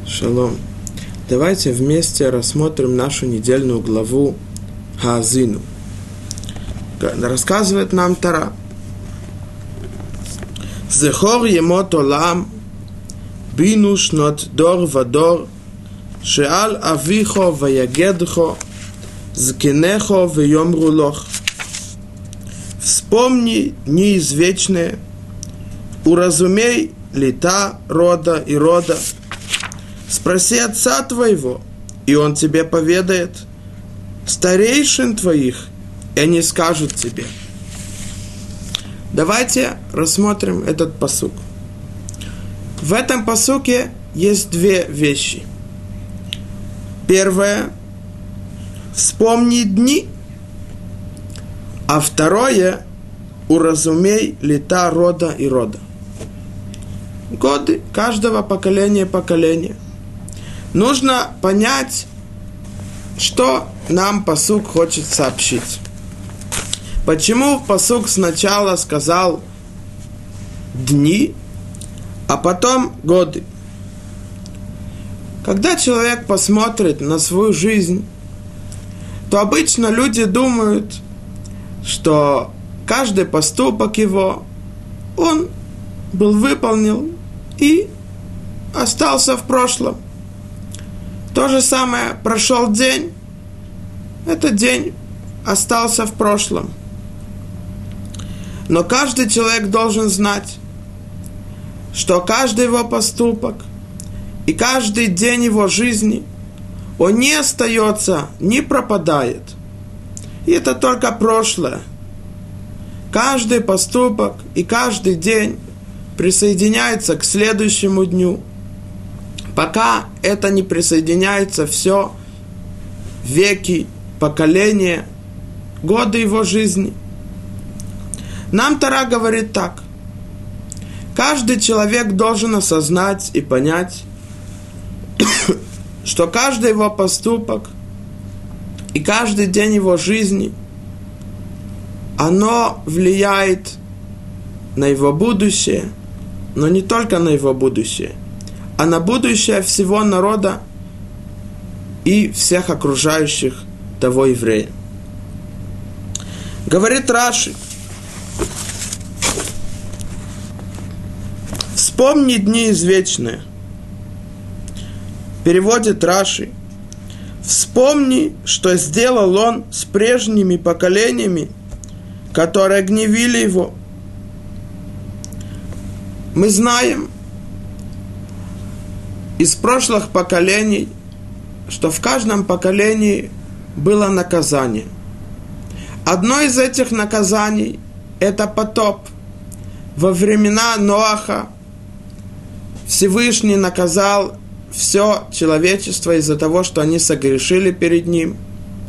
Шалом. Давайте вместе рассмотрим нашу недельную главу Хаазину. Рассказывает нам Тора. Зехор емот олам, бину шнот дор вадор, шеал авихо ваягедхо, зкенехо вейомру лох. Вспомни дни извечные, уразумей лета рода и рода. Спроси отца твоего, и он тебе поведает, старейшин твоих, и они скажут тебе. Давайте рассмотрим этот пасук. В этом пасуке есть две вещи. Первое – вспомни дни, а второе – уразумей лета рода и рода. Годы каждого поколения. Нужно понять, что нам пасук хочет сообщить. Почему пасук сначала сказал дни, а потом годы? Когда человек посмотрит на свою жизнь, то обычно люди думают, что каждый поступок его, он был выполнен и остался в прошлом. То же самое, прошел день, этот день остался в прошлом. Но каждый человек должен знать, что каждый его поступок и каждый день его жизни, он не остается, не пропадает. И это только прошлое. Каждый поступок и каждый день присоединяется к следующему дню. Пока это не присоединяется все, веки, поколения, годы его жизни. Нам Тора говорит так. Каждый человек должен осознать и понять, что каждый его поступок и каждый день его жизни, оно влияет на его будущее, но не только на его будущее, а на будущее всего народа и всех окружающих того еврея. Говорит Раши: вспомни дни извечные. Переводит Раши: вспомни, что сделал он с прежними поколениями, которые гневили его. Мы знаем из прошлых поколений, что в каждом поколении было наказание. Одно из этих наказаний – это потоп. Во времена Ноаха Всевышний наказал все человечество из-за того, что они согрешили перед ним.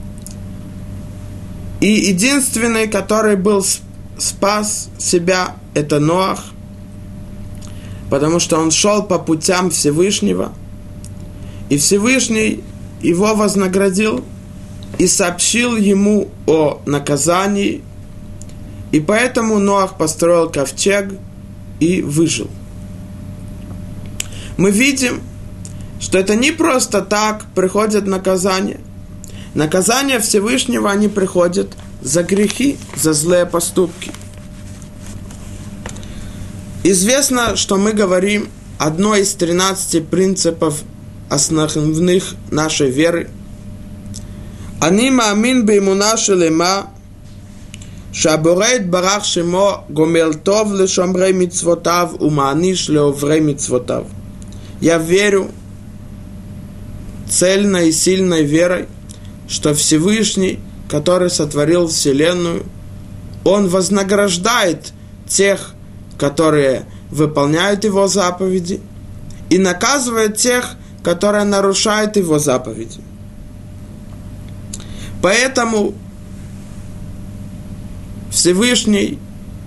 И единственный, который был спас себя, это Ноах, потому что он шел по путям Всевышнего, и Всевышний его вознаградил и сообщил ему о наказании, и поэтому Ноах построил ковчег и выжил. Мы видим, что это не просто так приходят наказания. Наказания Всевышнего, они приходят за грехи, за злые поступки. Известно, что мы говорим одно из 13 принципов основных нашей веры. Ани маамин беймуна шелема, шаборейт барах шемо гомел тов лешомрей мицвотав умааниш леоврей мицвотав. Я верю цельной и сильной верой, что Всевышний, который сотворил Вселенную, Он вознаграждает тех, которые выполняют Его заповеди, и наказывает тех, которые нарушают Его заповеди. Поэтому Всевышний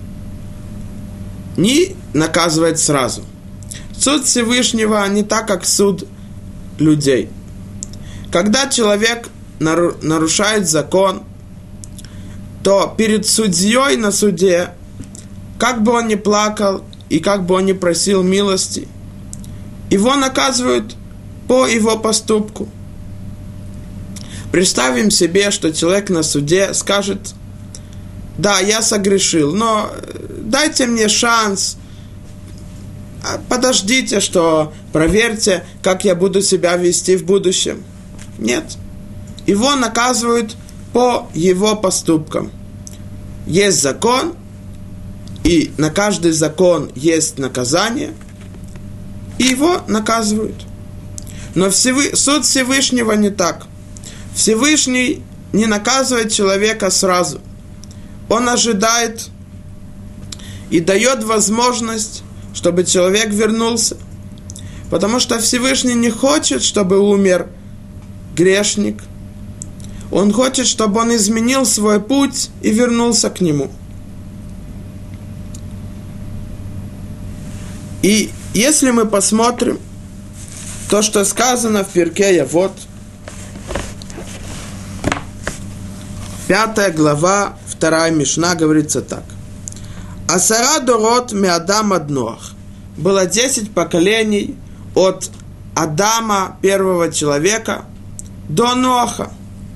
не наказывает сразу. Суд Всевышнего не так, как суд людей. Когда человек нарушает закон, то перед судьей на суде, как бы он ни плакал и как бы он ни просил милости, его наказывают по его поступку. Представим себе, что человек на суде скажет: да, я согрешил, но дайте мне шанс, подождите, что проверьте, как я буду себя вести в будущем. Нет. Его наказывают по его поступкам. Есть закон, и на каждый закон есть наказание, и его наказывают. Но суд Всевышнего не так. Всевышний не наказывает человека сразу. Он ожидает и дает возможность, чтобы человек вернулся. Потому что Всевышний не хочет, чтобы умер грешник. Он хочет, чтобы он изменил свой путь и вернулся к нему. И если мы посмотрим то, что сказано в Перкей Авот, 5 глава, 2 Мишна, говорится так. Асара дорот ме Адам ад Ноах. Было 10 поколений от Адама, первого человека, до Ноаха.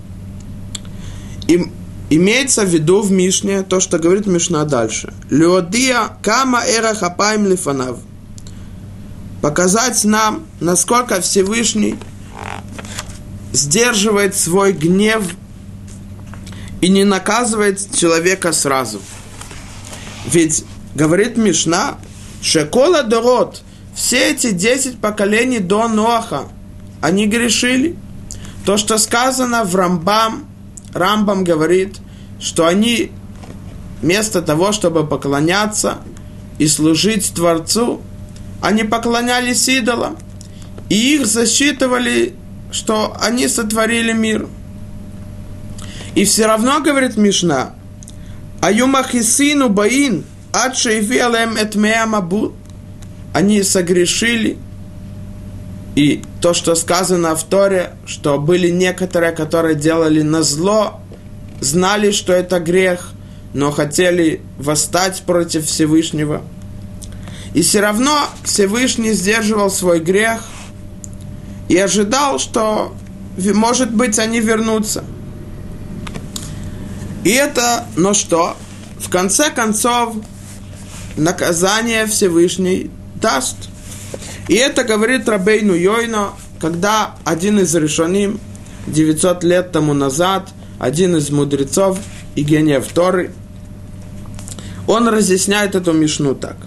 И имеется в виду в Мишне то, что говорит Мишна дальше. Леодия кама эра хапаим лифанав. Показать нам, насколько Всевышний сдерживает свой гнев и не наказывает человека сразу. Ведь, говорит Мишна, шекола дорот, все эти 10 поколений до Ноаха, они грешили. То, что сказано в Рамбам говорит, что они вместо того, чтобы поклоняться и служить Творцу, они поклонялись идолам, и их засчитывали, что они сотворили мир. И все равно, говорит Мишна, аюмахисину баин ад шейви алем эт меа мабут. Они согрешили. И то, что сказано в Торе, что были некоторые, которые делали назло, знали, что это грех, но хотели восстать против Всевышнего. И все равно Всевышний сдерживал свой грех и ожидал, что, может быть, они вернутся. И это, но что? В конце концов, наказание Всевышний даст. И это говорит Рабейну Йойно, когда один из решоним 900 лет тому назад, один из мудрецов и гениев Торы, он разъясняет эту мишну так.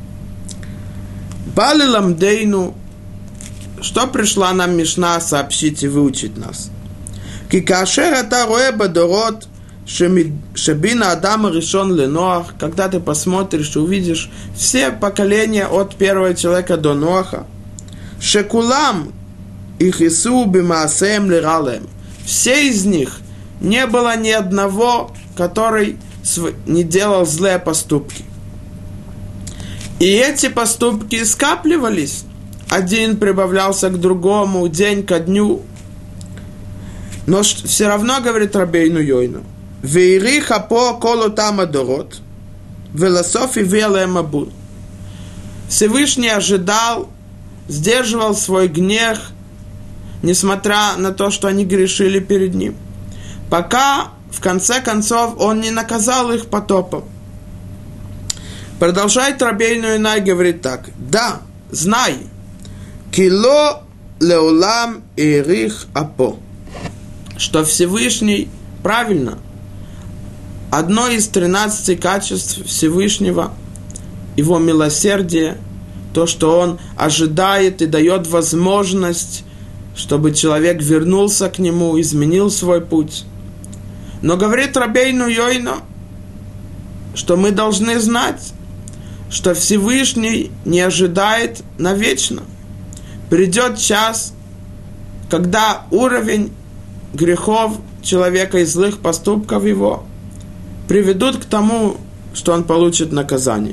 Бали ламдейну, что пришла нам мишна сообщить и выучить нас? Кикашер ата роэ бадорот шебина Адама решен леноах, когда ты посмотришь и увидишь все поколения от первого человека до Ноаха, шекулам их ису бимаасеем лиралем, все из них не было ни одного, который не делал злые поступки. И эти поступки скапливались, один прибавлялся к другому, день ко дню. Но все равно, говорит Рабейну Йойну, «Вейриха по колотам адорот, велософи велем абуд». Всевышний ожидал, сдерживал свой гнев, несмотря на то, что они грешили перед ним, пока, в конце концов, он не наказал их потопом. Продолжает Рабейну Йойна, говорит так: «Да, знай, кило леулам ирих апо», что Всевышний, правильно, одно из 13 качеств Всевышнего, его милосердие, то, что он ожидает и дает возможность, чтобы человек вернулся к нему, изменил свой путь. Но говорит Рабейну Йойна, что мы должны знать, что Всевышний не ожидает навечно. Придет час, когда уровень грехов человека и злых поступков его приведут к тому, что он получит наказание.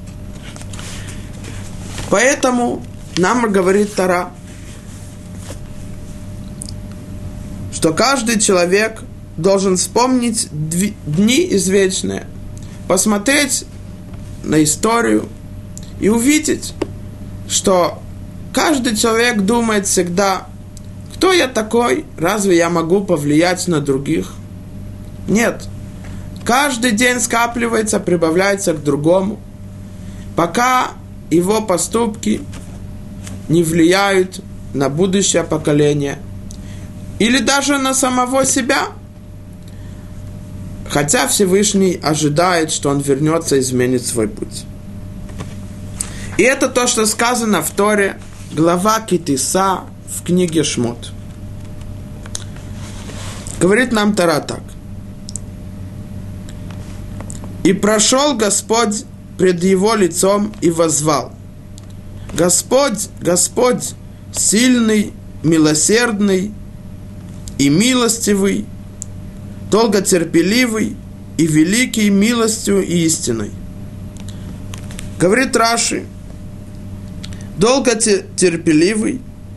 Поэтому нам говорит Тора, что каждый человек должен вспомнить дни извечные, посмотреть на историю и увидеть, что каждый человек думает всегда, кто я такой, разве я могу повлиять на других? Нет. Каждый день скапливается, прибавляется к другому, пока его поступки не влияют на будущее поколение или даже на самого себя. Хотя Всевышний ожидает, что он вернется и изменит свой путь. И это то, что сказано в Торе, глава Китиса в книге Шмот. Говорит нам Тора так. «И прошел Господь пред его лицом и воззвал: Господь, Господь, сильный, милосердный и милостивый, долготерпеливый и великий милостью и истиной». Говорит Раши, долготерпеливый,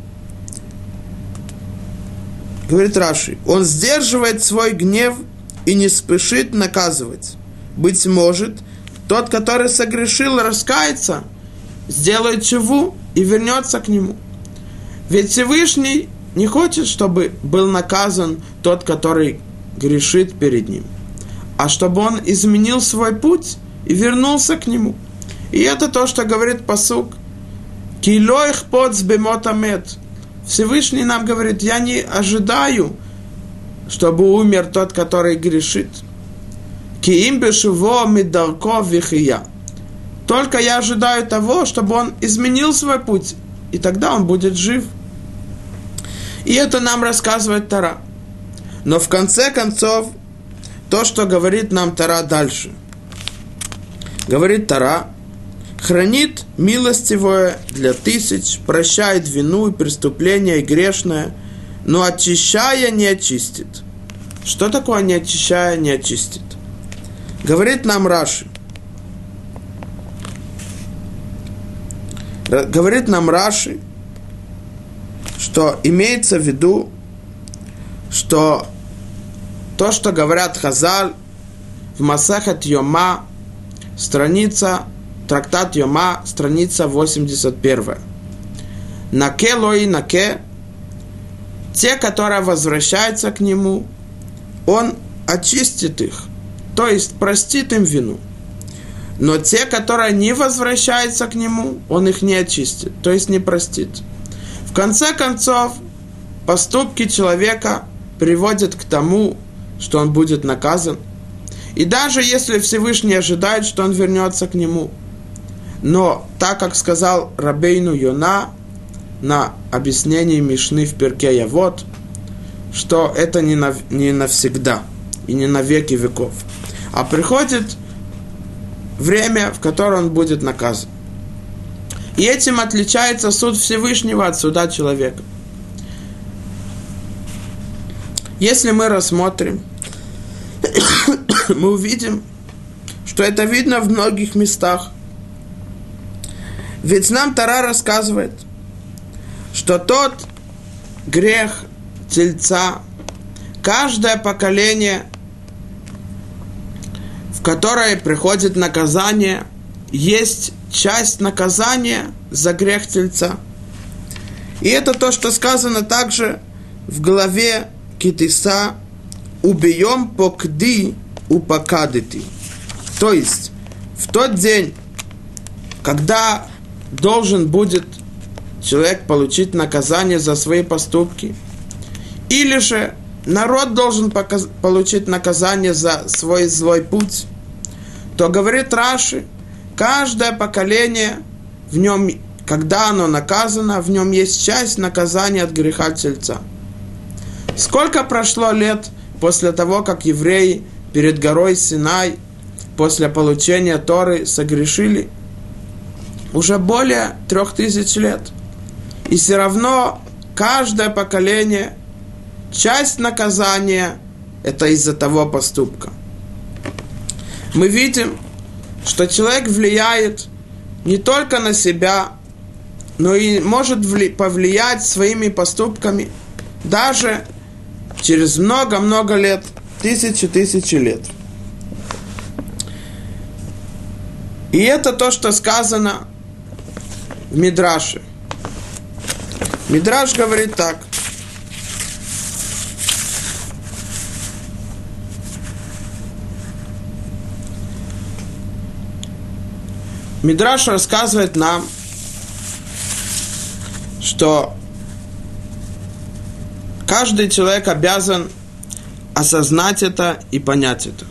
говорит Раши, он сдерживает свой гнев и не спешит наказывать. Быть может, тот, который согрешил, раскается, сделает чуву и вернется к нему. Ведь Всевышний не хочет, чтобы был наказан тот, который грешит перед ним, а чтобы он изменил свой путь и вернулся к нему. И это то, что говорит пасук. «Килоих поц бемотамет». Всевышний нам говорит, я не ожидаю, чтобы умер тот, который грешит. «Киим бешуво мидарко вихия». Только я ожидаю того, чтобы он изменил свой путь, и тогда он будет жив. И это нам рассказывает Тора. Но в конце концов, то, что говорит нам Тора дальше. Говорит Тора, хранит милостивое для тысяч, прощает вину и преступление и грешное, но очищая не очистит. Что такое не очищая не очистит? Говорит нам Раши. Говорит нам Раши, что имеется в виду, что то, что говорят Хазаль в Масехет Йома, трактат Йома, страница 81. Наке лои наке, те, которые возвращаются к нему, он очистит их, то есть простит им вину. Но те, которые не возвращаются к нему, он их не очистит, то есть не простит. В конце концов, поступки человека приводят к тому, что он будет наказан. И даже если Всевышний ожидает, что он вернется к нему, но так как сказал Рабейну Йона на объяснении Мишны в Перке Явот, что это не навсегда и не на веки веков, а приходит время, в которое он будет наказан. И этим отличается суд Всевышнего от суда человека. Если мы рассмотрим, мы увидим, что это видно в многих местах. Ведь нам Тора рассказывает, что тот грех тельца, каждое поколение, в которое приходит наказание, есть часть наказания за грех тельца. И это то, что сказано также в главе Китиса «Убьем покди упокадити». То есть, в тот день, когда должен будет человек получить наказание за свои поступки, или же народ должен получить наказание за свой злой путь, то говорит Раши, каждое поколение, в нем, когда оно наказано, в нем есть часть наказания от греха тельца. Сколько прошло лет после того, как евреи перед горой Синай, после получения Торы, согрешили? Уже более 3000 лет. И все равно каждое поколение, часть наказания – это из-за того поступка. Мы видим, что человек влияет не только на себя, но и может повлиять своими поступками даже через много-много лет, тысячи лет. И это то, что сказано в Мидраше. Мидраш говорит так. Мидраш рассказывает нам, что каждый человек обязан осознать это и понять это.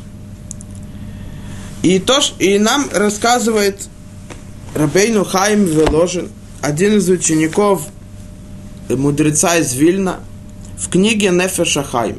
И нам рассказывает Рабейну Хаим Воложин, один из учеников мудреца из Вильна, в книге Нефеш ха-Хаим.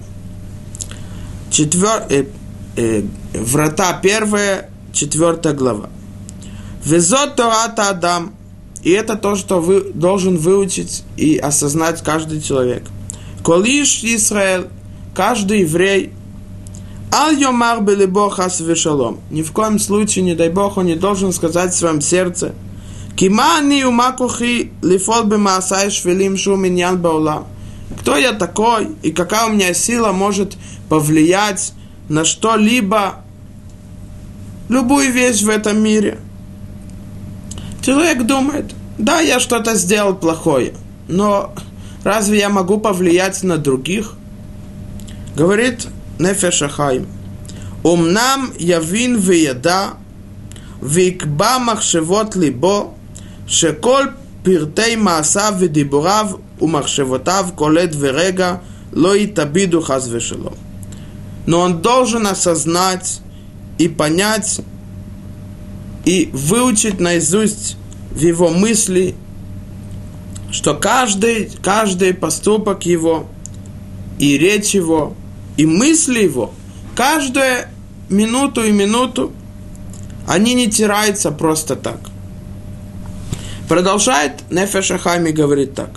Врата 1, 4 глава. Везот Тората Адам. И это то, что вы должен выучить и осознать каждый человек. Колиш Исраэль, каждый еврей, аль-йомар белибо хас вешалом. Ни в коем случае, не дай Бог, он не должен сказать в своем сердце: Кима ани умакухи лифол бемаасай швелим шу миньян баулам. Кто я такой и какая у меня сила может повлиять на что-либо, любую вещь в этом мире. Человек думает: да, я что-то сделал плохое, но разве я могу повлиять на других? Говорит Нефеш ха-Хаим: Умнам явин веяда викба махшевот либо шекол пиртей маасав ведибурав умахшевотав колет верега ло итабиду хас вешелом. Но он должен осознать и понять и выучить наизусть в его мысли, что каждый поступок его, и речь его, и мысли его, каждую минуту и минуту, они не теряются просто так. Продолжает Нефеш ха-Хаим и говорит так.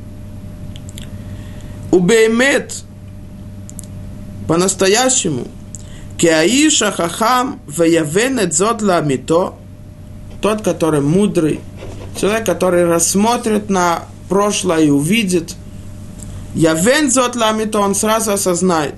Убеймет, по-настоящему, кеаиша хахам веявенет зот ламито, тот, который мудрый, человек, который рассмотрит на прошлое и увидит, явен зот ламито, он сразу осознает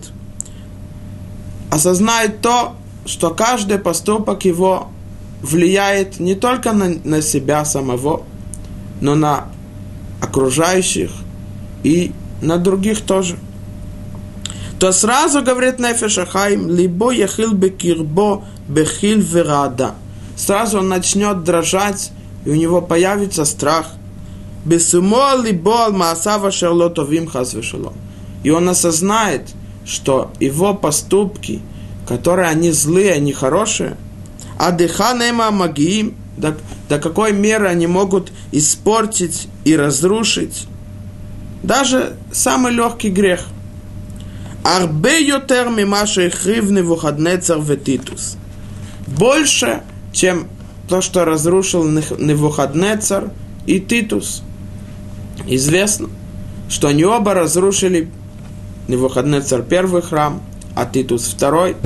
то, что каждый поступок его влияет не только на себя самого, но на окружающих и на других тоже. То сразу, говорит Нефеш ха-Хаим, либо яхил бекирбо бехил верада. Сразу он начнет дрожать, и у него появится страх. Бесумо либо аль-маасава шерлотовим хас вешалом. И он осознает, что его поступки, которые они злые, они хорошие, адыханема магиим, до какой меры они могут испортить и разрушить даже самый легкий грех. Арбе йотер мимаша ихрив Невухаднецар ветитус. Больше, чем то, что разрушил Невухаднецар и Титус. Известно, что они оба разрушили, Невухаднецар первый храм, а Титус второй.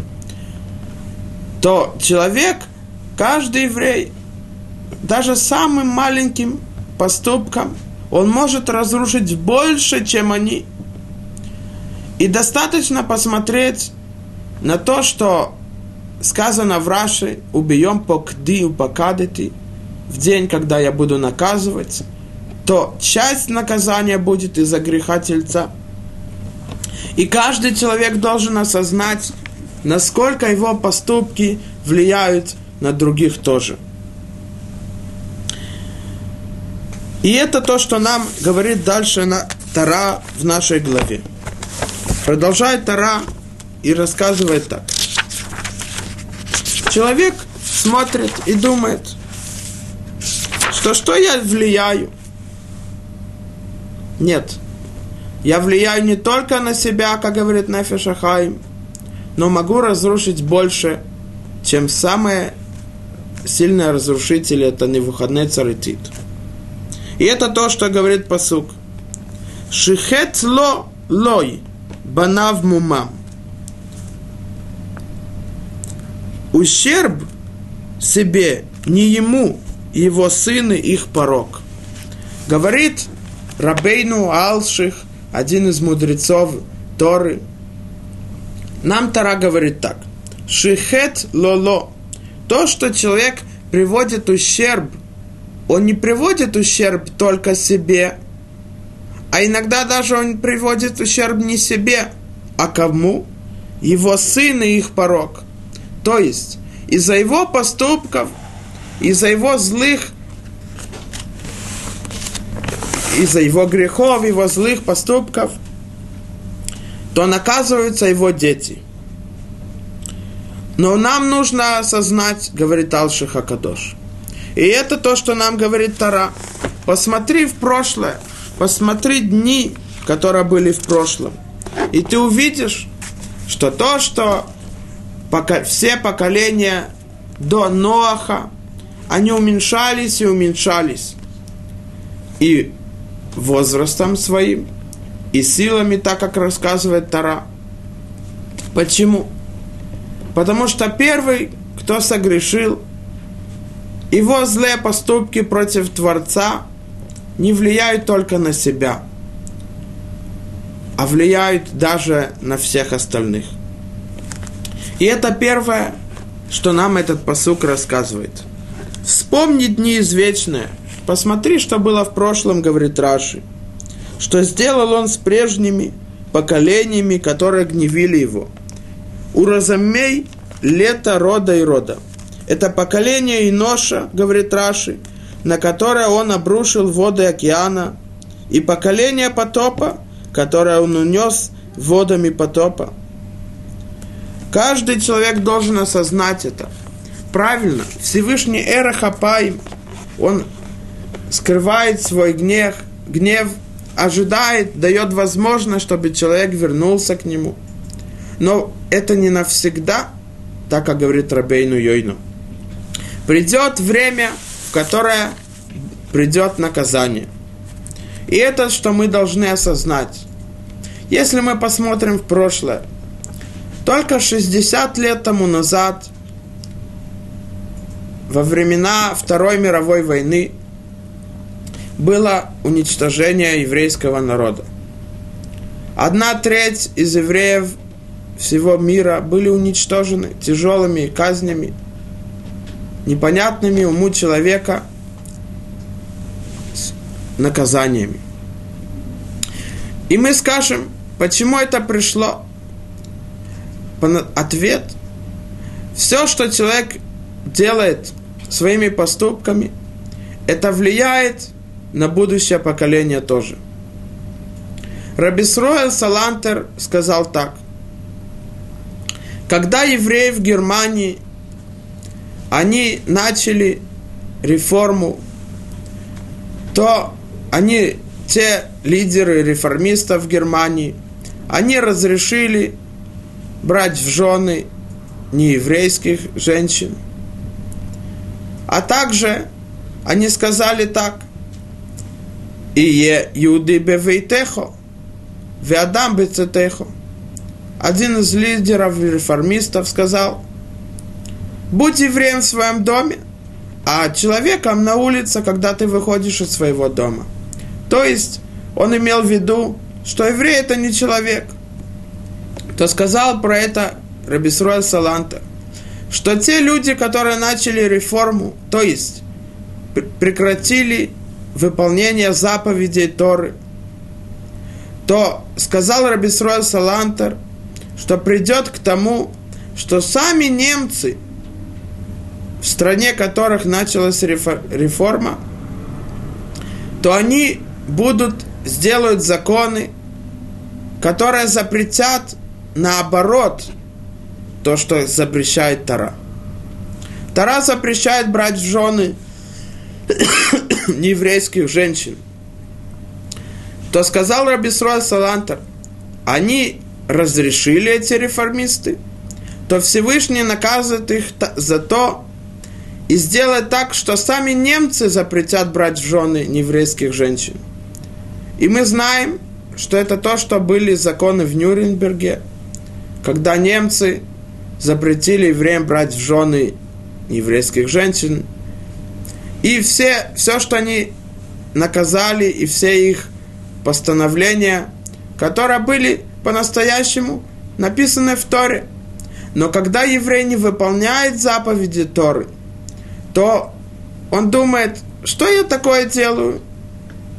То человек, каждый еврей, даже самым маленьким поступком, он может разрушить больше, чем они. И достаточно посмотреть на то, что сказано в Раши: убьем покди упокадити, в день, когда я буду наказывать, то часть наказания будет из-за греха тельца. И каждый человек должен осознать, насколько его поступки влияют на других тоже. И это то, что нам говорит дальше Тора в нашей главе. Продолжает Тора и рассказывает так. Человек смотрит и думает, что я влияю. Нет. Я влияю не только на себя, как говорит Нефеш ха-Хаим, но могу разрушить больше, чем самые сильные разрушители, это Невухаднецар и Тит. И это то, что говорит пасук. Шихет ло лой банав мумам. Ущерб себе не ему, его сыны, их порок. Говорит Рабейну Алших, один из мудрецов Торы. Нам Тора говорит так. Шихет лоло. То, что человек приводит ущерб, он не приводит ущерб только себе, А иногда даже он приводит ущерб не себе, а кому? Его сын и их порок. То есть, из-за его поступков, из-за его из-за его грехов, его злых поступков, то наказываются его дети. Но нам нужно осознать, говорит Алших ха-Кадош. И это то, что нам говорит Тора. Посмотри в прошлое, посмотри дни, которые были в прошлом. И ты увидишь, что то, что все поколения до Ноаха, они уменьшались и уменьшались. И возрастом своим, и силами, так как рассказывает Тора. Почему? Потому что первый, кто согрешил, его злые поступки против Творца не влияют только на себя, а влияют даже на всех остальных. И это первое, что нам этот пасук рассказывает. Вспомни дни извечные. Посмотри, что было в прошлом, говорит Раши. Что сделал он с прежними поколениями, которые гневили его. Уразумей лето рода и рода. Это поколение Иноша, говорит Раши, на которое он обрушил воды океана, и поколение потопа, которое он унес водами потопа. Каждый человек должен осознать это. Правильно, Всевышний Эрах Апаим, он скрывает свой гнев, ожидает, дает возможность, чтобы человек вернулся к нему. Но это не навсегда, так как говорит Рабейну Йойну. Придет время, в которое придет наказание. И это, что мы должны осознать. Если мы посмотрим в прошлое, только 60 лет тому назад, во времена Второй мировой войны, было уничтожение еврейского народа. 1/3 из евреев всего мира были уничтожены тяжелыми казнями, непонятными уму человека наказаниями. И мы скажем, почему это пришло? Ответ: все, что человек делает своими поступками, это влияет на будущее поколение тоже. Раби Исроэль Салантер сказал так: когда евреи в Германии, они начали реформу, то те лидеры реформистов в Германии, они разрешили брать в жены нееврейских женщин. А также они сказали так: «Ие юды бевейтехо, веадам бецетехо». Один из лидеров реформистов сказал: будь евреем в своем доме, а человеком на улице, когда ты выходишь из своего дома. То есть он имел в виду, что еврей это не человек. То сказал про это Раби Исроэль Салантер, что те люди, которые начали реформу, то есть прекратили выполнение заповедей Торы, то сказал Раби Исроэль Салантер, что придет к тому, что сами немцы, в стране которых началась реформа, то они сделают законы, которые запретят наоборот то, что запрещает Тора. Тора запрещает брать в жены нееврейских женщин. То сказал Раби Исроэль Салантер, они разрешили, эти реформисты, то Всевышний наказывает их за то и сделает так, что сами немцы запретят брать в жены нееврейских женщин. И мы знаем, что это то, что были законы в Нюрнберге, когда немцы запретили евреям брать в жены еврейских женщин. И все, что они наказали, и все их постановления, которые были по-настоящему написаны в Торе. Но когда еврей не выполняет заповеди Торы, то он думает, что я такое делаю?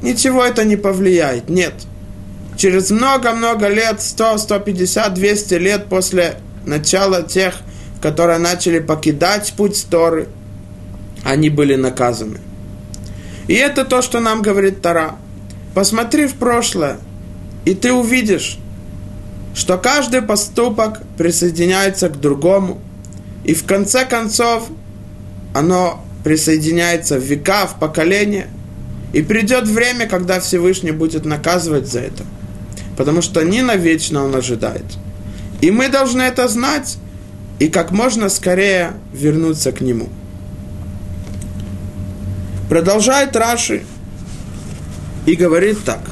ничего это не повлияет. Нет. Через много-много лет, 100, 150, 200 лет после начала тех, которые начали покидать путь Торы, они были наказаны. И это то, что нам говорит Тора. Посмотри в прошлое, и ты увидишь, что каждый поступок присоединяется к другому, и в конце концов оно присоединяется в века, в поколения, и придет время, когда Всевышний будет наказывать за это, потому что не навечно он ожидает. И мы должны это знать, и как можно скорее вернуться к нему. Продолжает Раши и говорит так.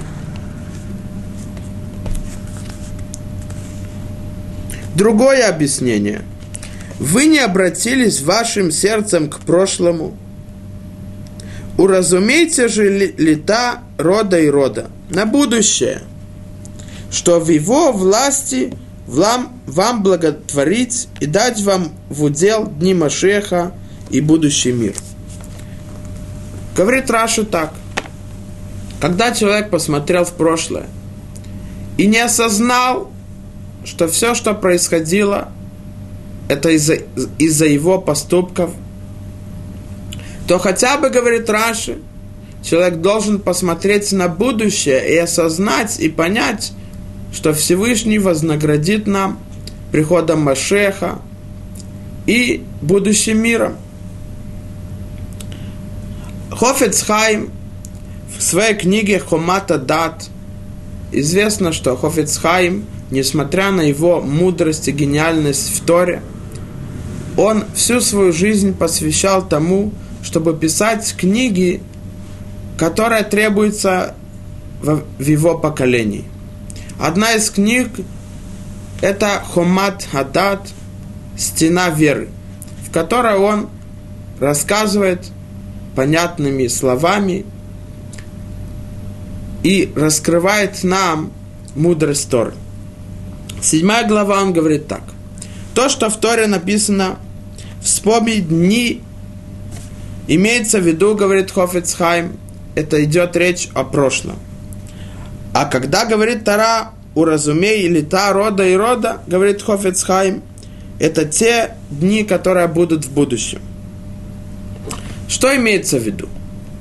Другое объяснение. Вы не обратились вашим сердцем к прошлому. Уразумейте же лета рода и рода на будущее, что в его власти вам благотворить и дать вам в удел дни Машеха и будущий мир. Говорит Раши так. Когда человек посмотрел в прошлое и не осознал, что все, что происходило, это из-за его поступков, то хотя бы, говорит Раши, человек должен посмотреть на будущее и осознать, и понять, что Всевышний вознаградит нам приходом Машеха и будущим миром. Хофец Хаим в своей книге «Хомат Адат» известно, что Хофец Хаим, несмотря на его мудрость и гениальность в Торе, он всю свою жизнь посвящал тому, чтобы писать книги, которые требуются в его поколении. Одна из книг – это «Хомат Адат», «Стена веры», в которой он рассказывает понятными словами и раскрывает нам мудрость Торы. 7 глава он говорит так. То, что в Торе написано «Вспомни дни», имеется в виду, говорит Хофец Хаим, это идет речь о прошлом. А когда говорит Тора «Уразумей лета рода и рода», говорит Хофец Хаим, это те дни, которые будут в будущем. Что имеется в виду?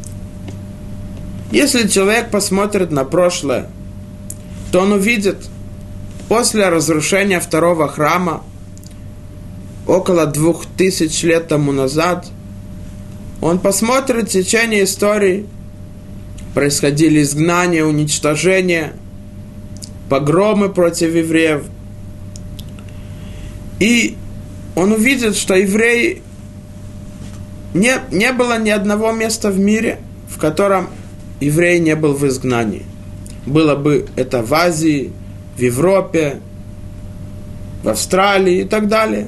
Если человек посмотрит на прошлое, то он увидит, после разрушения второго храма, около 2000 лет тому назад, он посмотрит в течение истории, происходили изгнания, уничтожения, погромы против евреев. И он увидит, что евреи не было ни одного места в мире, в котором еврей не был в изгнании. Было бы это в Азии, в Европе, в Австралии и так далее.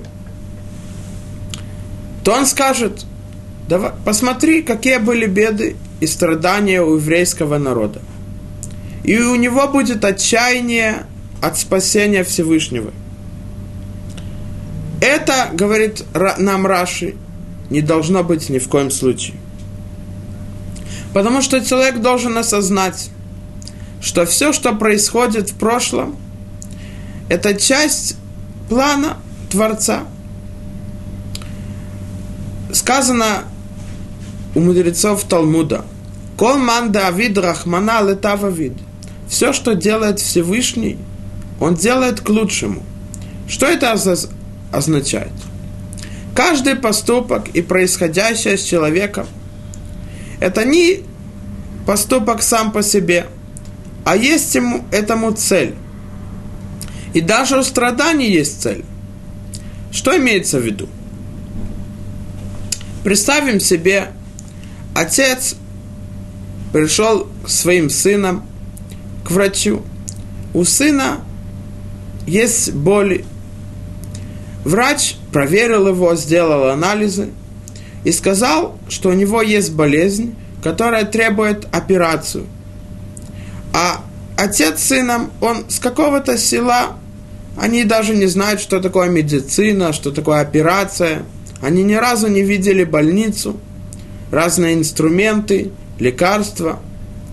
То он скажет: давай, посмотри, какие были беды и страдания у еврейского народа. И у него будет отчаяние от спасения Всевышнего. Это, говорит нам Раши, не должно быть ни в коем случае. Потому что человек должен осознать, что все, что происходит в прошлом, это часть плана Творца. Сказано у мудрецов Талмуда: «Кол ман Давид рахмана летав авид». Все, что делает Всевышний, он делает к лучшему. Что это означает? Каждый поступок и происходящее с человеком – это не поступок сам по себе, а есть этому цель. И даже у страданий есть цель. Что имеется в виду? Представим себе, отец пришел к своим сынам, к врачу. У сына есть боли. Врач проверил его, сделал анализы и сказал, что у него есть болезнь, которая требует операцию. А отец с сыном, он с какого-то села, они даже не знают, что такое медицина, что такое операция. Они ни разу не видели больницу, разные инструменты, лекарства.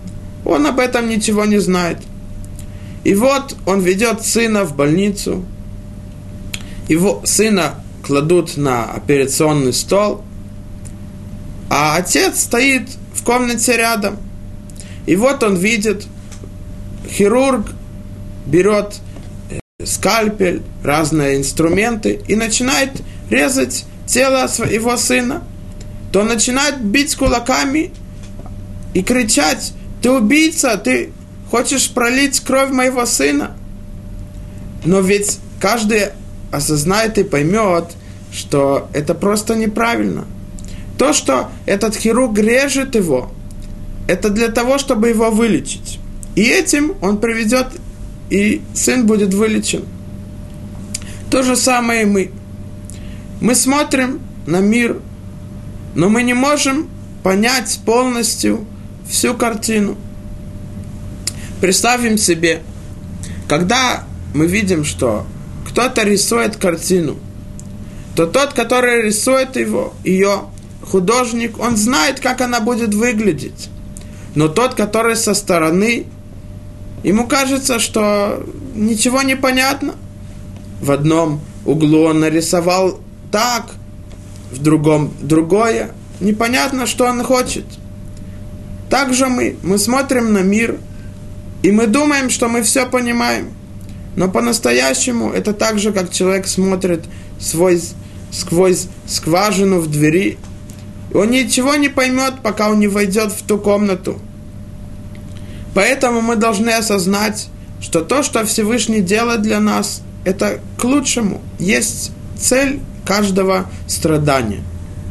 он об этом ничего не знает. И вот он ведет сына в больницу, его сына кладут на операционный стол, а отец стоит в комнате рядом. И вот он видит, хирург берет скальпель, разные инструменты и начинает резать тело своего сына. То он начинает бить кулаками и кричать: «Ты убийца, ты хочешь пролить кровь моего сына?» Но ведь каждый осознает и поймет, что это просто неправильно. То, что этот хирург режет его, это для того, чтобы его вылечить. И этим он приведет, и сын будет вылечен. То же самое и мы. Мы смотрим на мир, но мы не можем понять полностью всю картину. Представим себе, когда мы видим, что кто-то рисует картину, то тот, который рисует ее художник, он знает, как она будет выглядеть. Но тот, который со стороны, ему кажется, что ничего не понятно. В одном углу он нарисовал так, в другом другое. Непонятно, что он хочет. Так же мы смотрим на мир, и мы думаем, что мы все понимаем. Но по-настоящему это так же, как человек смотрит сквозь скважину в двери. Он ничего не поймет, пока он не войдет в ту комнату. Поэтому мы должны осознать, что то, что Всевышний делает для нас, это к лучшему. Есть цель каждого страдания.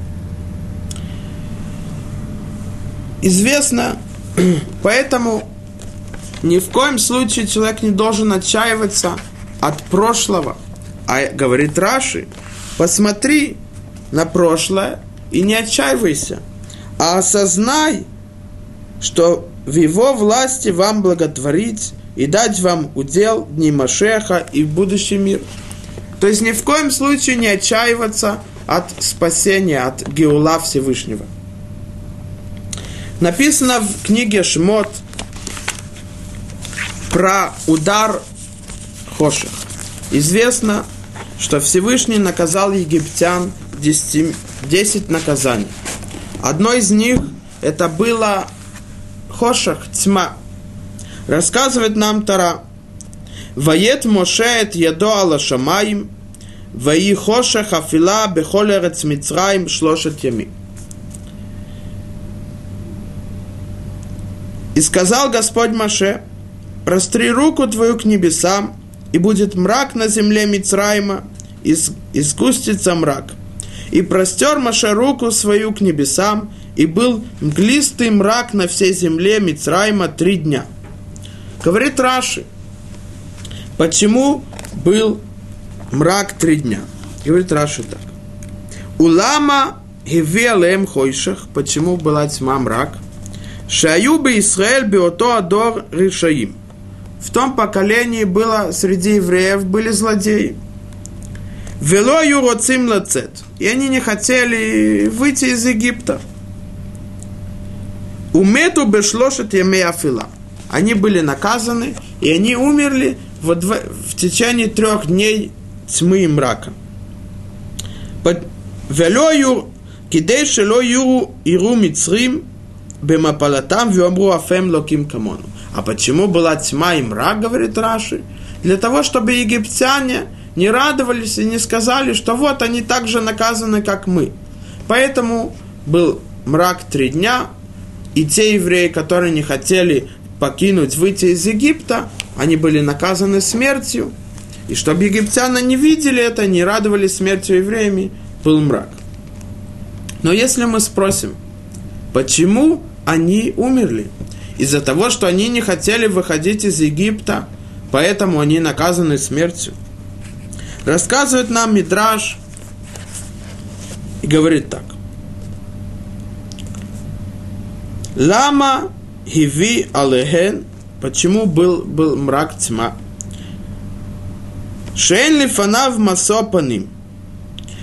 Известно, поэтому ни в коем случае человек не должен отчаиваться от прошлого. А говорит Раши: посмотри на прошлое и не отчаивайся, а осознай, что в его власти вам благотворить и дать вам удел дни Машеха и в будущий мир. То есть ни в коем случае не отчаиваться от спасения, от Геула Всевышнего. Написано в книге Шмот про удар Хошех. Известно, что Всевышний наказал египтян 10 наказаний. Одно из них это было Хошех, тьма. Рассказывает нам Тора: «Вает Моше эт ядо ала шамаим, ваи Хошех афила бехол эрец Мицраим шлошет ямим». И сказал Господь Моше: простри руку твою к небесам, и будет мрак на земле Мицраима, и сгустится мрак. И простер Моше руку свою к небесам, и был мглистый мрак на всей земле Мицраима 3 дня. Говорит Раши, почему был мрак 3 дня? Говорит Раши так: Улама гиви алеем хойшах, почему была тьма, мрак? Шаю бы Исраэль биото адор ришаим. В том поколении было среди евреев были злодеи. Вело юроцим лацет. И они не хотели выйти из Египта. Умету бешлошет ямей афила. Они были наказаны, и они умерли в течение 3 дней тьмы и мрака. Вело юр кидей шело юру иру мицрим бемапалатам веомру афем локим камону. А почему была тьма и мрак, говорит Раши? Для того, чтобы египтяне не радовались и не сказали, что вот они так же наказаны, как мы. Поэтому был мрак 3 дня, и те евреи, которые не хотели выйти из Египта, они были наказаны смертью. И чтобы египтяне не видели это, не радовались смертью евреями, был мрак. Но если мы спросим, почему они умерли? Из-за того, что они не хотели выходить из Египта, поэтому они наказаны смертью. Рассказывает нам Мидраш и говорит так: Лама гиви алехен, почему был мрак, тьма? Шейн лифанав масопаним,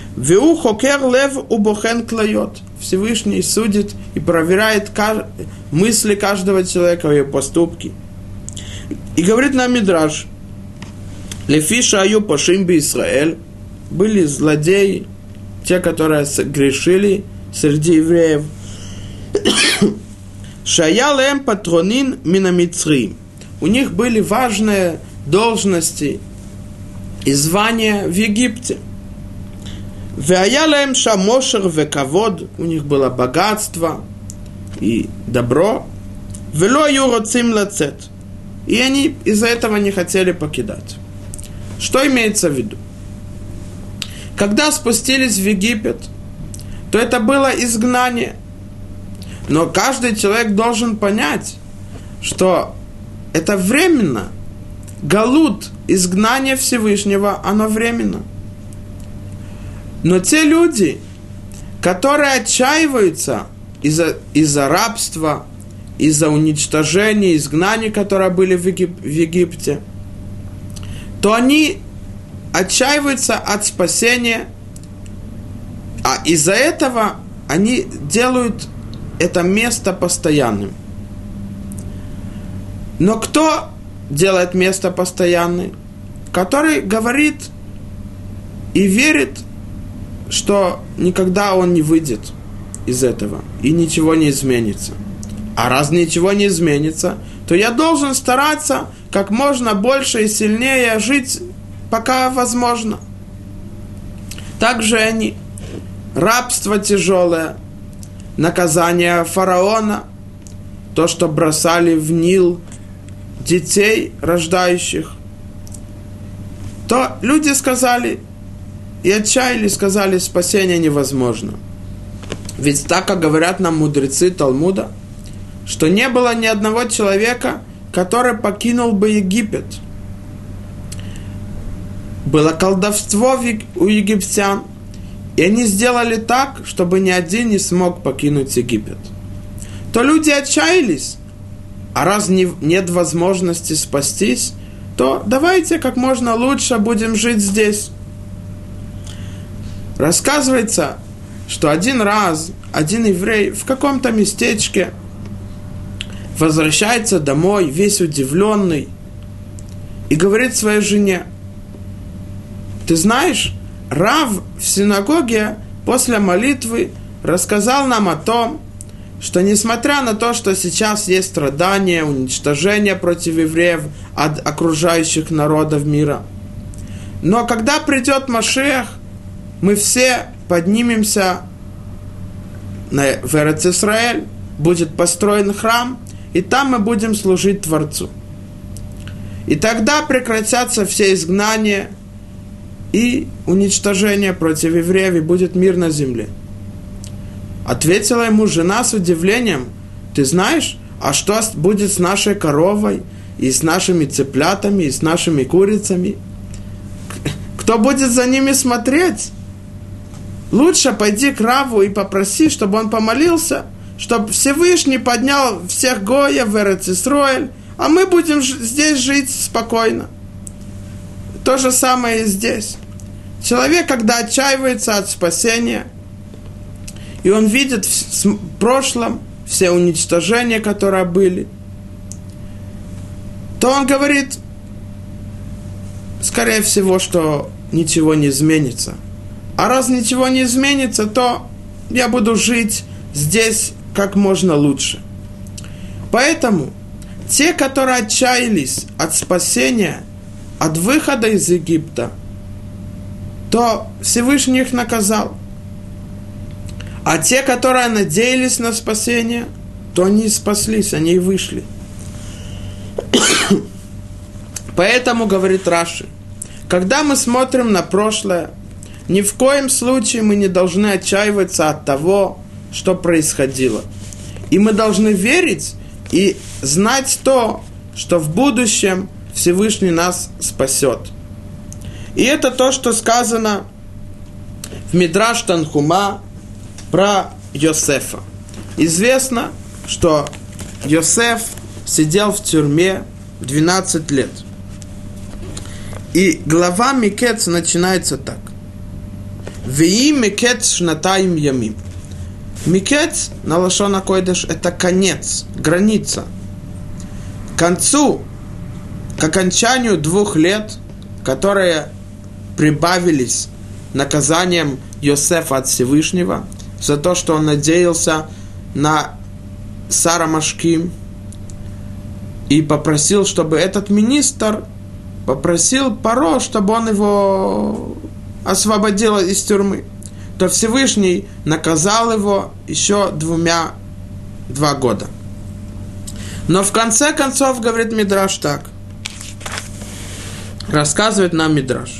веу хокер лев убохен клайот. Всевышний судит и проверяет мысли каждого человека, его поступки. И говорит нам Мидраш, Лефиша аю пошим би Исраэль, были злодеи, те, которые грешили среди евреев. Шаялем патронин минамицри. У них были важные должности и звания в Египте. Веаялем шамошер векавод. У них было богатство и добро. Вело юроцим лацет. И они из-за этого не хотели покидать. Что имеется в виду? Когда спустились в Египет, то это было изгнание. Но каждый человек должен понять, что это временно. Галут, изгнание Всевышнего, оно временно. Но те люди, которые отчаиваются из-за рабства, из-за уничтожения, изгнаний, которые были в Египте, то они отчаиваются от спасения, а из-за этого они делают это место постоянным. Но кто делает место постоянным? Который говорит и верит, что никогда он не выйдет из этого и ничего не изменится. А раз ничего не изменится, то я должен стараться как можно больше и сильнее жить, пока возможно. Также они. Рабство тяжелое, наказание фараона, то, что бросали в Нил детей рождающих, то люди сказали и отчаялись, сказали, спасение невозможно. Ведь так, как говорят нам мудрецы Талмуда, что не было ни одного человека, который покинул бы Египет. Было колдовство у египтян, и они сделали так, чтобы ни один не смог покинуть Египет. То люди отчаялись, а раз нет возможности спастись, то давайте как можно лучше будем жить здесь. Рассказывается, что один раз один еврей в каком-то местечке возвращается домой, весь удивленный, и говорит своей жене: ты знаешь, Рав в синагоге после молитвы рассказал нам о том, что несмотря на то, что сейчас есть страдания, уничтожение против евреев от окружающих народов мира, но когда придет Машиах, мы все поднимемся в Эрец-Исраэль, будет построен храм, и там мы будем служить Творцу. И тогда прекратятся все изгнания и уничтожение против евреев, и будет мир на земле. Ответила ему жена с удивлением: ты знаешь, а что будет с нашей коровой, и с нашими цыплятами, и с нашими курицами? Кто будет за ними смотреть? Лучше пойди к Раву и попроси, чтобы он помолился, чтобы Всевышний поднял всех гоев в Эрец-Исраэль, а мы будем здесь жить спокойно. То же самое и здесь. Человек, когда отчаивается от спасения, и он видит в прошлом все уничтожения, которые были, то он говорит, скорее всего, что ничего не изменится. А раз ничего не изменится, то я буду жить здесь как можно лучше. Поэтому те, которые отчаялись от спасения, от выхода из Египта, то Всевышний их наказал. А те, которые надеялись на спасение, то они спаслись, они и вышли. Поэтому, говорит Раши, когда мы смотрим на прошлое, ни в коем случае мы не должны отчаиваться от того, что происходило. И мы должны верить и знать то, что в будущем Всевышний нас спасет. И это то, что сказано в Мидраш Танхума про Йосефа. Известно, что Йосеф сидел в тюрьме 12 лет. И глава Микец начинается так. «Веи Микец шнатаим ямим». Микец на лашон койдеш – это конец, граница. К концу, к окончанию 2 лет, которые прибавились наказанием Йосефа от Всевышнего за то, что он надеялся на Сара Машким и попросил, чтобы этот министр попросил Паро, чтобы он его освободил из тюрьмы, то Всевышний наказал его еще 2 года. Но в конце концов, говорит Мидраш так, рассказывает нам Мидраш.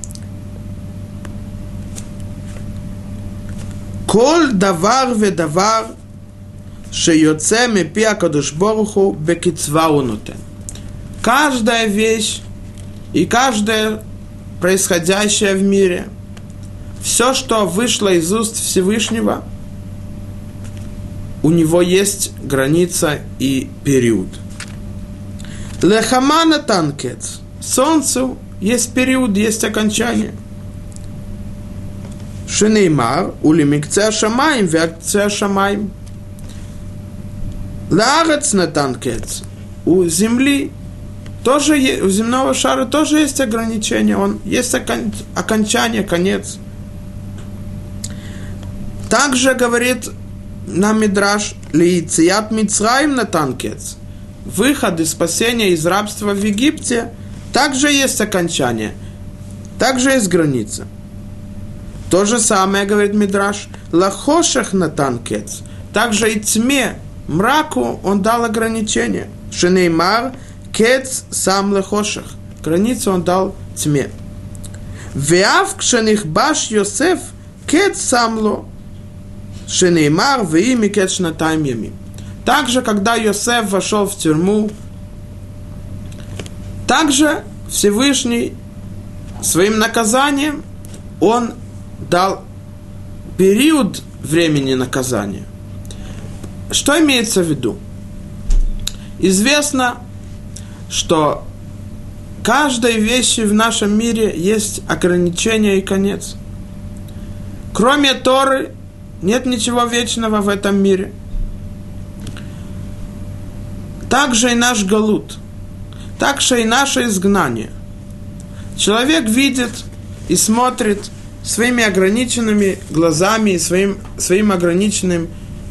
Коль давар ведавар шеёце мепи акадош боруху бекицва унутен. Каждая вещь и каждое происходящее в мире, все, что вышло из уст Всевышнего, у него есть граница и период. Лехамана танкец. Солнцу есть период, есть окончание. Шинеймар, улимикце шамаим, векце шамаим. Лаарец на танкец. У земли тоже, у земного шара тоже есть ограничение, он есть окончание, конец. Также говорит нам Мидраш, лиицият Мицраим на танкец. Выход и спасение из рабства в Египте также есть окончание, также есть граница. То же самое, говорит Мидраш, лахошах на танкец. Также и тьме, мраку он дал ограничение. Шинеймар, кец сам лахошах. Границу он дал тьме. Веав кшених баш Йосеф, кец сам ло. Шинеймар, веими кец шнатайм ямим. Также, когда Йосеф вошел в тюрьму, также Всевышний своим наказанием он дал период времени наказания. Что имеется в виду? Известно, что каждой вещи в нашем мире есть ограничение и конец. Кроме Торы нет ничего вечного в этом мире. Также и наш галут, также и наше изгнание. Человек видит и смотрит своими ограниченными глазами и своим ограниченным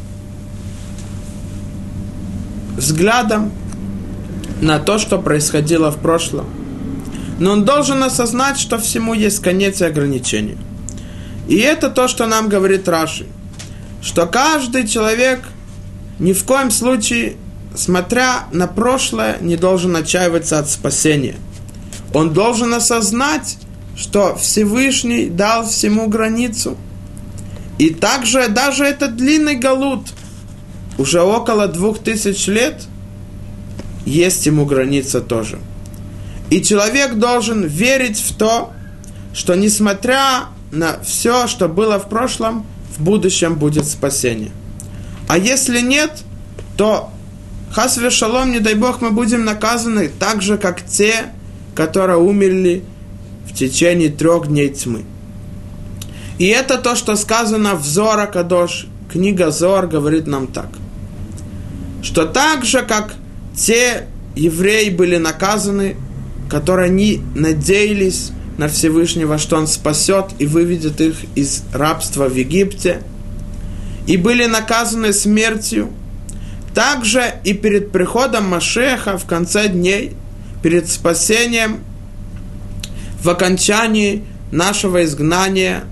взглядом на то, что происходило в прошлом. Но он должен осознать, что всему есть конец и ограничение. И это то, что нам говорит Раши, что каждый человек ни в коем случае, смотря на прошлое, не должен отчаиваться от спасения. Он должен осознать, что Всевышний дал всему границу. И также даже этот длинный галут, уже около 2000 лет, есть ему граница тоже. И человек должен верить в то, что несмотря на все, что было в прошлом, в будущем будет спасение. А если нет, то хас вешалом, не дай Бог, мы будем наказаны так же, как те, которые умерли в течение 3 дней тьмы. И это то, что сказано в Зоар Кадош. Книга Зоар говорит нам так, что так же, как те евреи были наказаны, которые не надеялись на Всевышнего, что Он спасет и выведет их из рабства в Египте, и были наказаны смертью, также и перед приходом Машеха в конце дней, перед спасением, в окончании нашего изгнания,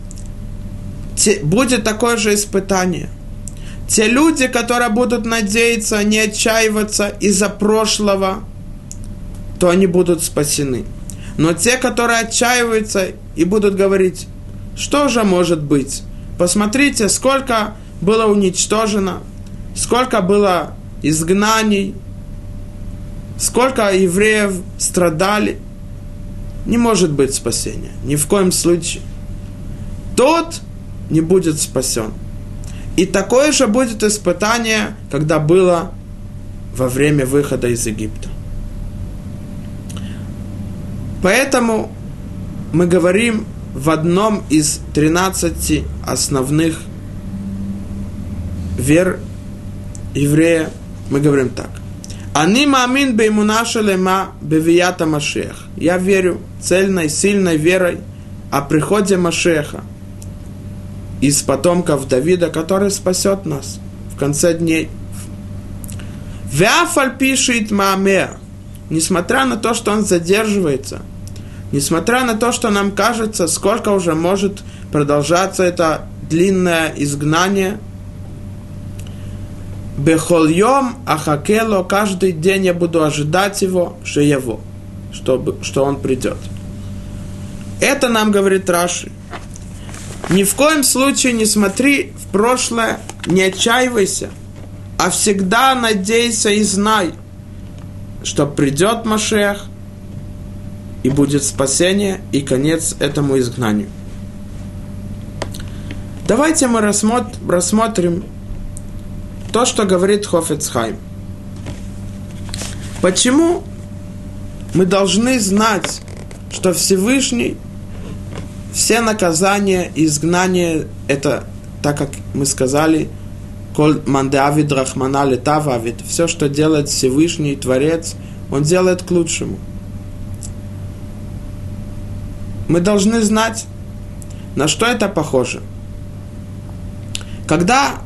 будет такое же испытание. Те люди, которые будут надеяться, не отчаиваться из-за прошлого, то они будут спасены. Но те, которые отчаиваются и будут говорить, что же может быть? Посмотрите, сколько было уничтожено, сколько было изгнаний, сколько евреев страдали. Не может быть спасения, ни в коем случае. Тот не будет спасен. И такое же будет испытание, когда было во время выхода из Египта. Поэтому мы говорим в одном из 13 основных вер еврея, мы говорим так. Ани маамин беймуна шелема бевията Машех. Я верю цельной, сильной верой о приходе Машеха из потомков Давида, который спасет нас в конце дней. Веафаль пишет маамеа. Несмотря на то, что он задерживается, несмотря на то, что нам кажется, сколько уже может продолжаться это длинное изгнание, бехольем ахакело, каждый день я буду ожидать его, шеево, что он придет. Это нам говорит Раши. Ни в коем случае не смотри в прошлое, не отчаивайся, а всегда надейся и знай, что придет Машиах, и будет спасение и конец этому изгнанию. Давайте мы рассмотрим то, что говорит Хофец Хаим. Почему мы должны знать, что Всевышний все наказания и изгнания, это, так как мы сказали, коль мандеавид рахмана летававид, все, что делает Всевышний Творец, он делает к лучшему. Мы должны знать, на что это похоже. Когда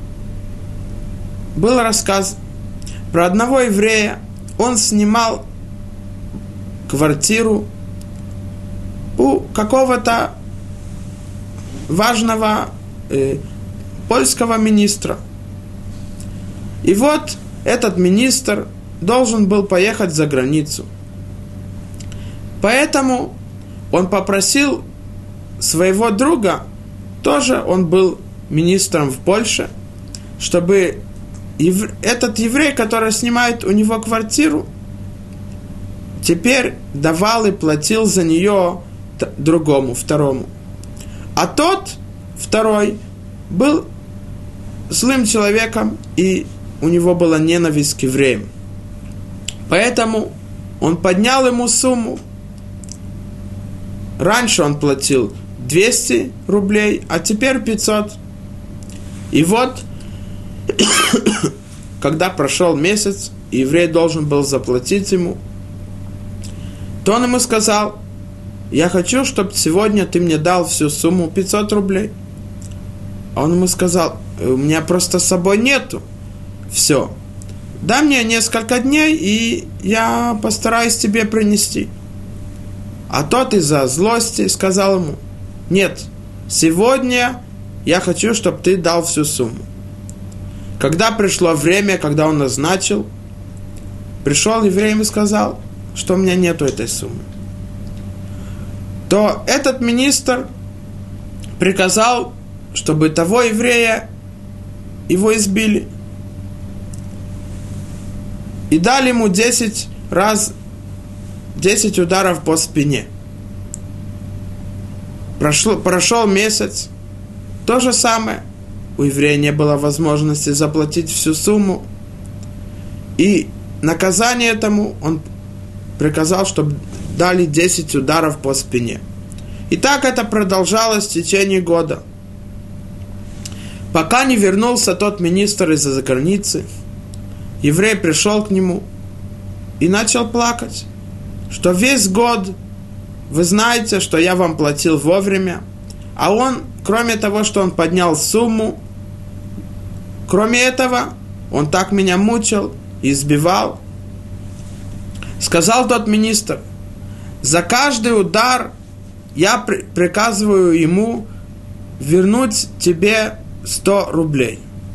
был рассказ про одного еврея, он снимал квартиру у какого-то важного польского министра. И вот этот министр должен был поехать за границу. Поэтому он попросил своего друга, тоже он был министром в Польше, чтобы этот еврей, который снимает у него квартиру, теперь давал и платил за нее другому, второму. А тот, второй, был злым человеком, и у него была ненависть к евреям. Поэтому он поднял ему сумму. Раньше он платил 200 рублей, а теперь 500. И вот, когда прошел месяц, и еврей должен был заплатить ему, то он ему сказал: я хочу, чтобы сегодня ты мне дал всю сумму 500 рублей. А он ему сказал: у меня просто с собой нету. Все. Дай мне несколько дней, и я постараюсь тебе принести. А тот из-за злости сказал ему: нет, сегодня я хочу, чтобы ты дал всю сумму. Когда пришло время, когда он назначил, пришел еврей и сказал, что у меня нету этой суммы. То этот министр приказал, чтобы того еврея его избили. И дали ему 10 ударов по спине. Прошел месяц. То же самое. У еврея не было возможности заплатить всю сумму. И наказание этому он приказал, чтобы дали 10 ударов по спине. И так это продолжалось в течение года. Пока не вернулся тот министр из-за границы, еврей пришел к нему и начал плакать, что весь год вы знаете, что я вам платил вовремя, а он, кроме того, что он поднял сумму, кроме этого, он так меня мучил, избивал. Сказал тот министр: за каждый удар я приказываю ему вернуть тебе 100 рублей.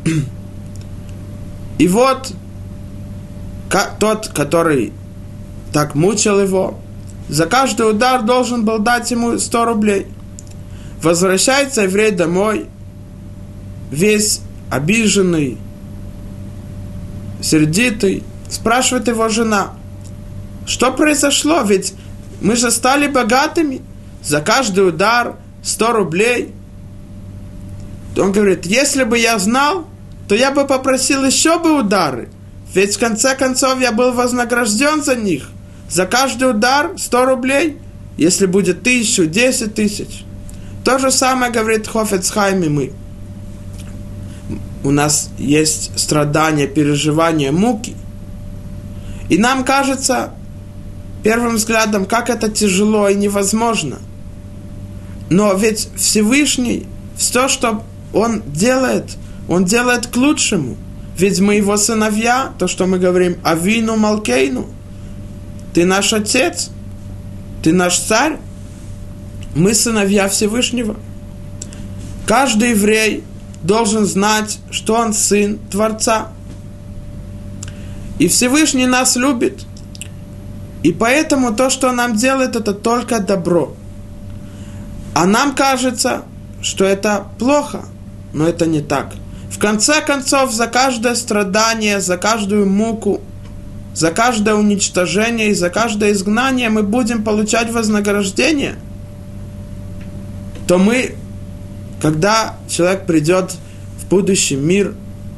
И вот тот, который так мучил его, за каждый удар должен был дать ему 100 рублей. Возвращается еврей домой, весь обиженный, сердитый. Спрашивает его жена: что произошло? Ведь мы же стали богатыми. За каждый удар 100 рублей. Он говорит: если бы я знал, то я бы попросил еще бы удары. Ведь в конце концов я был вознагражден за них. За каждый удар 100 рублей. Если будет 1000, 10 тысяч. То же самое говорит Хофец Хаим и мы. у нас есть страдания, переживания, муки. И нам кажется, первым взглядом, как это тяжело и невозможно. Но ведь Всевышний, все, что Он делает к лучшему. Ведь мы Его сыновья, то, что мы говорим, Авину Малкейну. Ты наш Отец, Ты наш Царь. Мы сыновья Всевышнего. Каждый еврей должен знать, что он сын Творца. И Всевышний нас любит. И поэтому то, что он нам делает, это только добро. А нам кажется, что это плохо, но это не так. В конце концов, за каждое страдание, за каждую муку, за каждое уничтожение и за каждое изгнание мы будем получать вознаграждение. То мы, когда человек придет в будущий мир,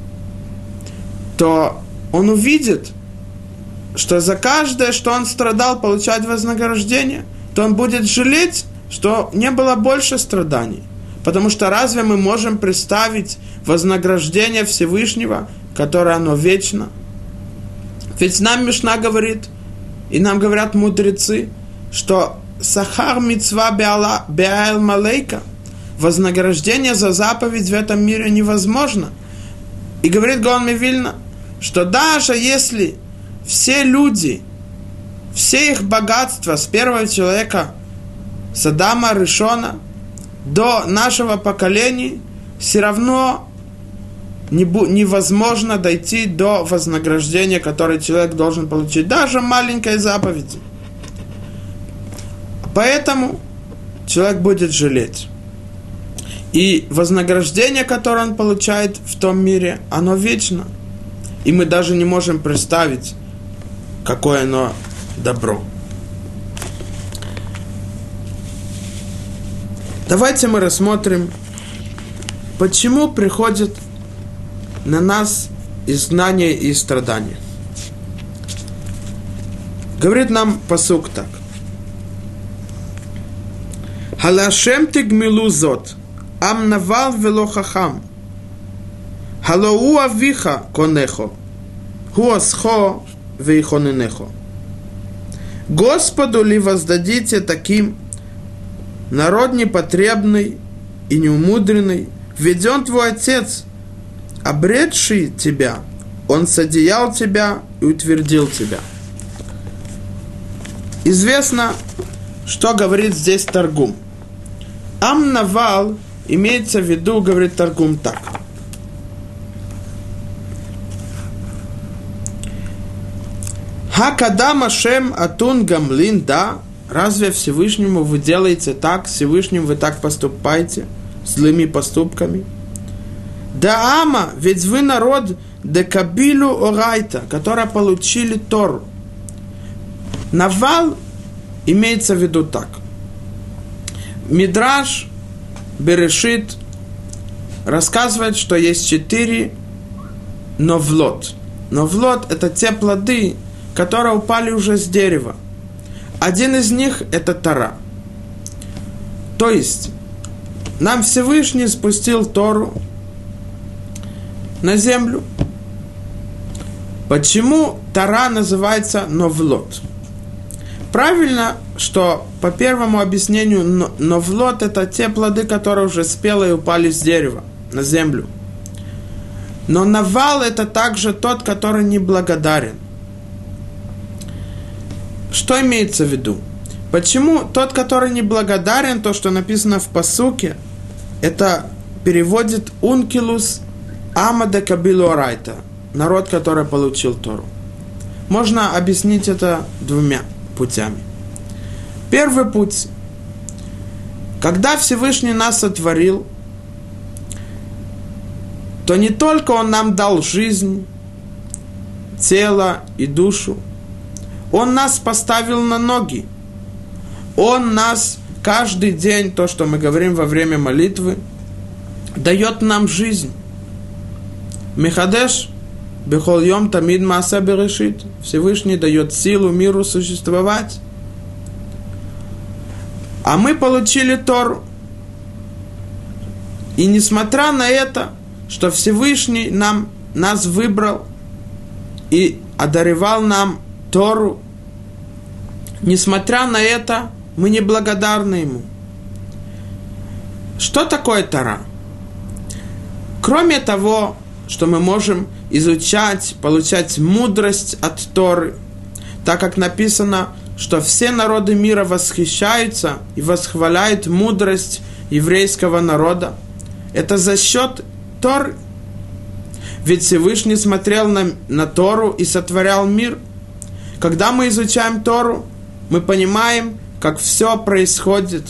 то он увидит, что за каждое, что он страдал, получать вознаграждение, то он будет жалеть, что не было больше страданий. Потому что разве мы можем представить вознаграждение Всевышнего, которое оно вечно? Ведь нам Мишна говорит, и нам говорят мудрецы, что сахар мицва беаэл малейка, вознаграждение за заповедь в этом мире невозможно. И говорит Гаон мивильна, что даже если все люди, все их богатства с первого человека, с Адама Ришона, до нашего поколения, все равно невозможно дойти до вознаграждения, которое человек должен получить, даже маленькой заповеди. Поэтому человек будет жалеть. И вознаграждение, которое он получает в том мире, оно вечно. И мы даже не можем представить, какое оно добро. Давайте мы рассмотрим, почему приходит на нас изгнание и страдания. Говорит нам пасук так. Халашем тигмилу зот, ам навал вело хахам. Халоу авиха конехо, хуасхо вейхоненехо. Господу ли воздадите таким, народ непотребный и неумудренный, ведь он твой отец, обретший тебя, он содеял тебя и утвердил тебя. Известно, что говорит здесь Таргум. Ам-Навал имеется в виду, говорит Таргум так. Хакадам Ашем Атун Гамлин, да? Разве Всевышнему вы делаете так, Всевышнему вы так поступаете, злыми поступками? Да ама, ведь вы народ декабилу орайта, которые получили Тору. Навал имеется в виду так. Мидраш Берешит рассказывает, что есть 4 новлот. Новлот – это те плоды, которые упали уже с дерева. Один из них – это Тора. То есть, нам Всевышний спустил Тору на землю. Почему Тора называется новлот? Правильно, что по первому объяснению новлот – это те плоды, которые уже спелые упали с дерева на землю. Но навал – это также тот, который неблагодарен. Что имеется в виду? Почему тот, который неблагодарен, то, что написано в пасуке, это переводит ункилус амаде кабилу орайта, народ, который получил Тору. Можно объяснить это 2 путями. Первый путь. Когда Всевышний нас сотворил, то не только Он нам дал жизнь, тело и душу, Он нас поставил на ноги. Он нас каждый день, то, что мы говорим во время молитвы, дает нам жизнь. Мехадеш бехол йом тамид маасе берешит. Всевышний дает силу миру существовать. А мы получили Тору. И несмотря на это, что Всевышний нас выбрал и одаревал нам Тору. Несмотря на это, мы не благодарны Ему. Что такое Тора? Кроме того, что мы можем изучать, получать мудрость от Торы, так как написано, что все народы мира восхищаются и восхваляют мудрость еврейского народа. Это за счет Торы. Ведь Всевышний смотрел на Тору и сотворял мир. Когда мы изучаем Тору, мы понимаем, как все происходит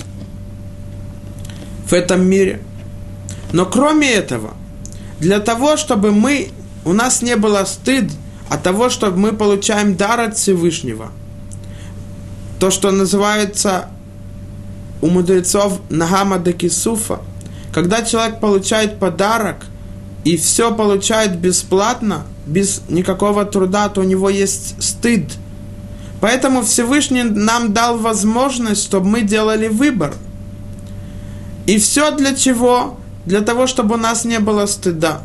в этом мире. Но кроме этого, для того, чтобы у нас не было стыд от того, что мы получаем дар от Всевышнего, то, что называется у мудрецов Нагама де Кисуфа, когда человек получает подарок и все получает бесплатно, без никакого труда, то у него есть стыд. Поэтому Всевышний нам дал возможность, чтобы мы делали выбор. И все для чего? Для того, чтобы у нас не было стыда.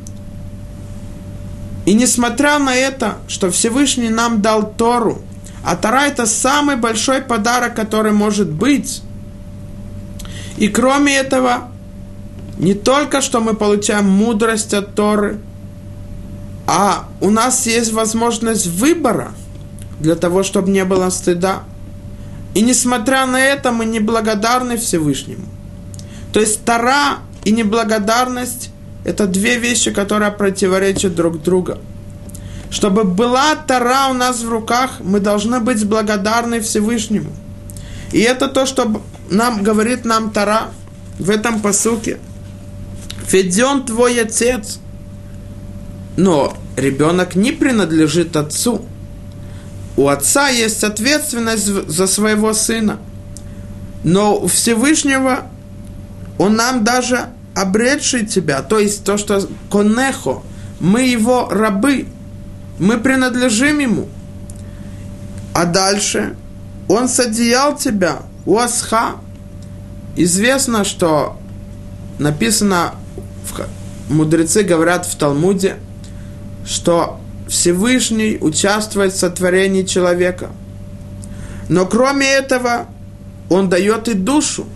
И несмотря на это, что Всевышний нам дал Тору, а Тора – это самый большой подарок, который может быть. И кроме этого, не только что мы получаем мудрость от Торы, а у нас есть возможность выбора для того, чтобы не было стыда. И несмотря на это, мы не благодарны Всевышнему. То есть Тора и неблагодарность – это две вещи, которые противоречат друг другу. Чтобы была Тора у нас в руках, мы должны быть благодарны Всевышнему. И это то, что говорит нам Тора в этом пасуке. «Ведь твой отец». Но ребенок не принадлежит отцу. У отца есть ответственность за своего сына. Но у Всевышнего он нам даже обретший тебя, то есть то, что конехо, мы его рабы, мы принадлежим ему. А дальше он содеял тебя, уасха. Известно, что написано, мудрецы говорят в Талмуде, что Всевышний участвует в сотворении человека. Но кроме этого, он дает и душу.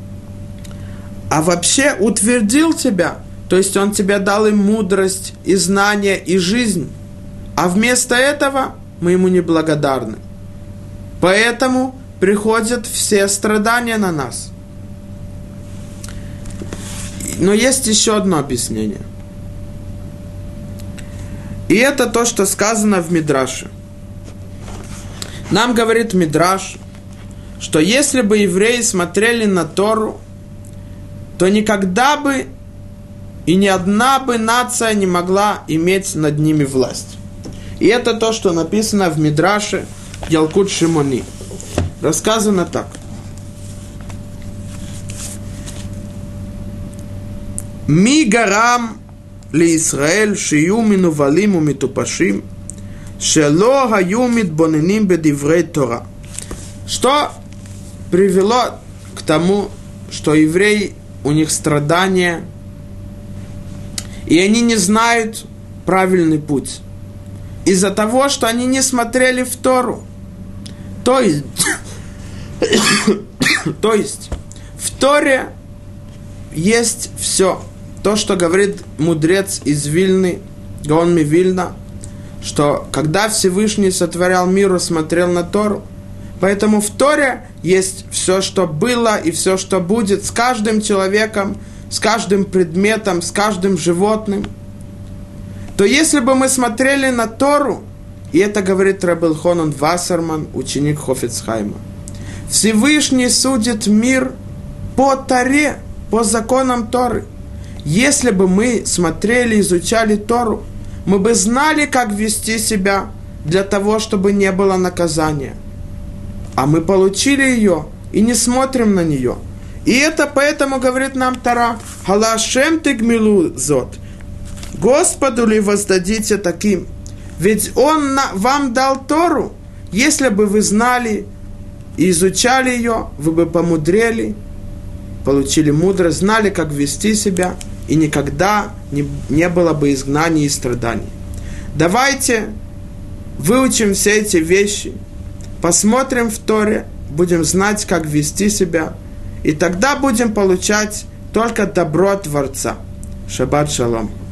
А вообще утвердил тебя, то есть он тебе дал и мудрость, и знания, и жизнь. А вместо этого мы ему не благодарны. Поэтому приходят все страдания на нас. Но есть еще одно объяснение. И это то, что сказано в Мидраше. Нам говорит Мидраш, что если бы евреи смотрели на Тору, то никогда бы и ни одна бы нация не могла иметь над ними власть. И это то, что написано в Мидраше Ялкут Шимони. Рассказано так. Ми гарам ли Исраэль шию минувалим у митупашим, шело хаю митбоненим бедиврей Тора. Что привело к тому, что евреи, у них страдания, и они не знают правильный путь. Из-за того, что они не смотрели в Тору. То есть в Торе есть все. То, что говорит мудрец из Вильны, Гаон Мивильна, что когда Всевышний сотворял мир и смотрел на Тору, поэтому в Торе есть все, что было и все, что будет с каждым человеком, с каждым предметом, с каждым животным. То если бы мы смотрели на Тору, и это говорит Рабби Элхонан Вассерман, ученик Хафец Хаима, Всевышний судит мир по Торе, по законам Торы. Если бы мы смотрели, изучали Тору, мы бы знали, как вести себя для того, чтобы не было наказания. А мы получили ее и не смотрим на нее. И это поэтому говорит нам Тора: «Халашем тигмилу зот». Господу ли воздадите таким? Ведь Он вам дал Тору. Если бы вы знали и изучали ее, вы бы помудрели, получили мудрость, знали, как вести себя. и никогда не было бы изгнаний и страданий. Давайте выучим все эти вещи, посмотрим в Торе, будем знать, как вести себя, и тогда будем получать только добро от Творца. Шаббат шалом.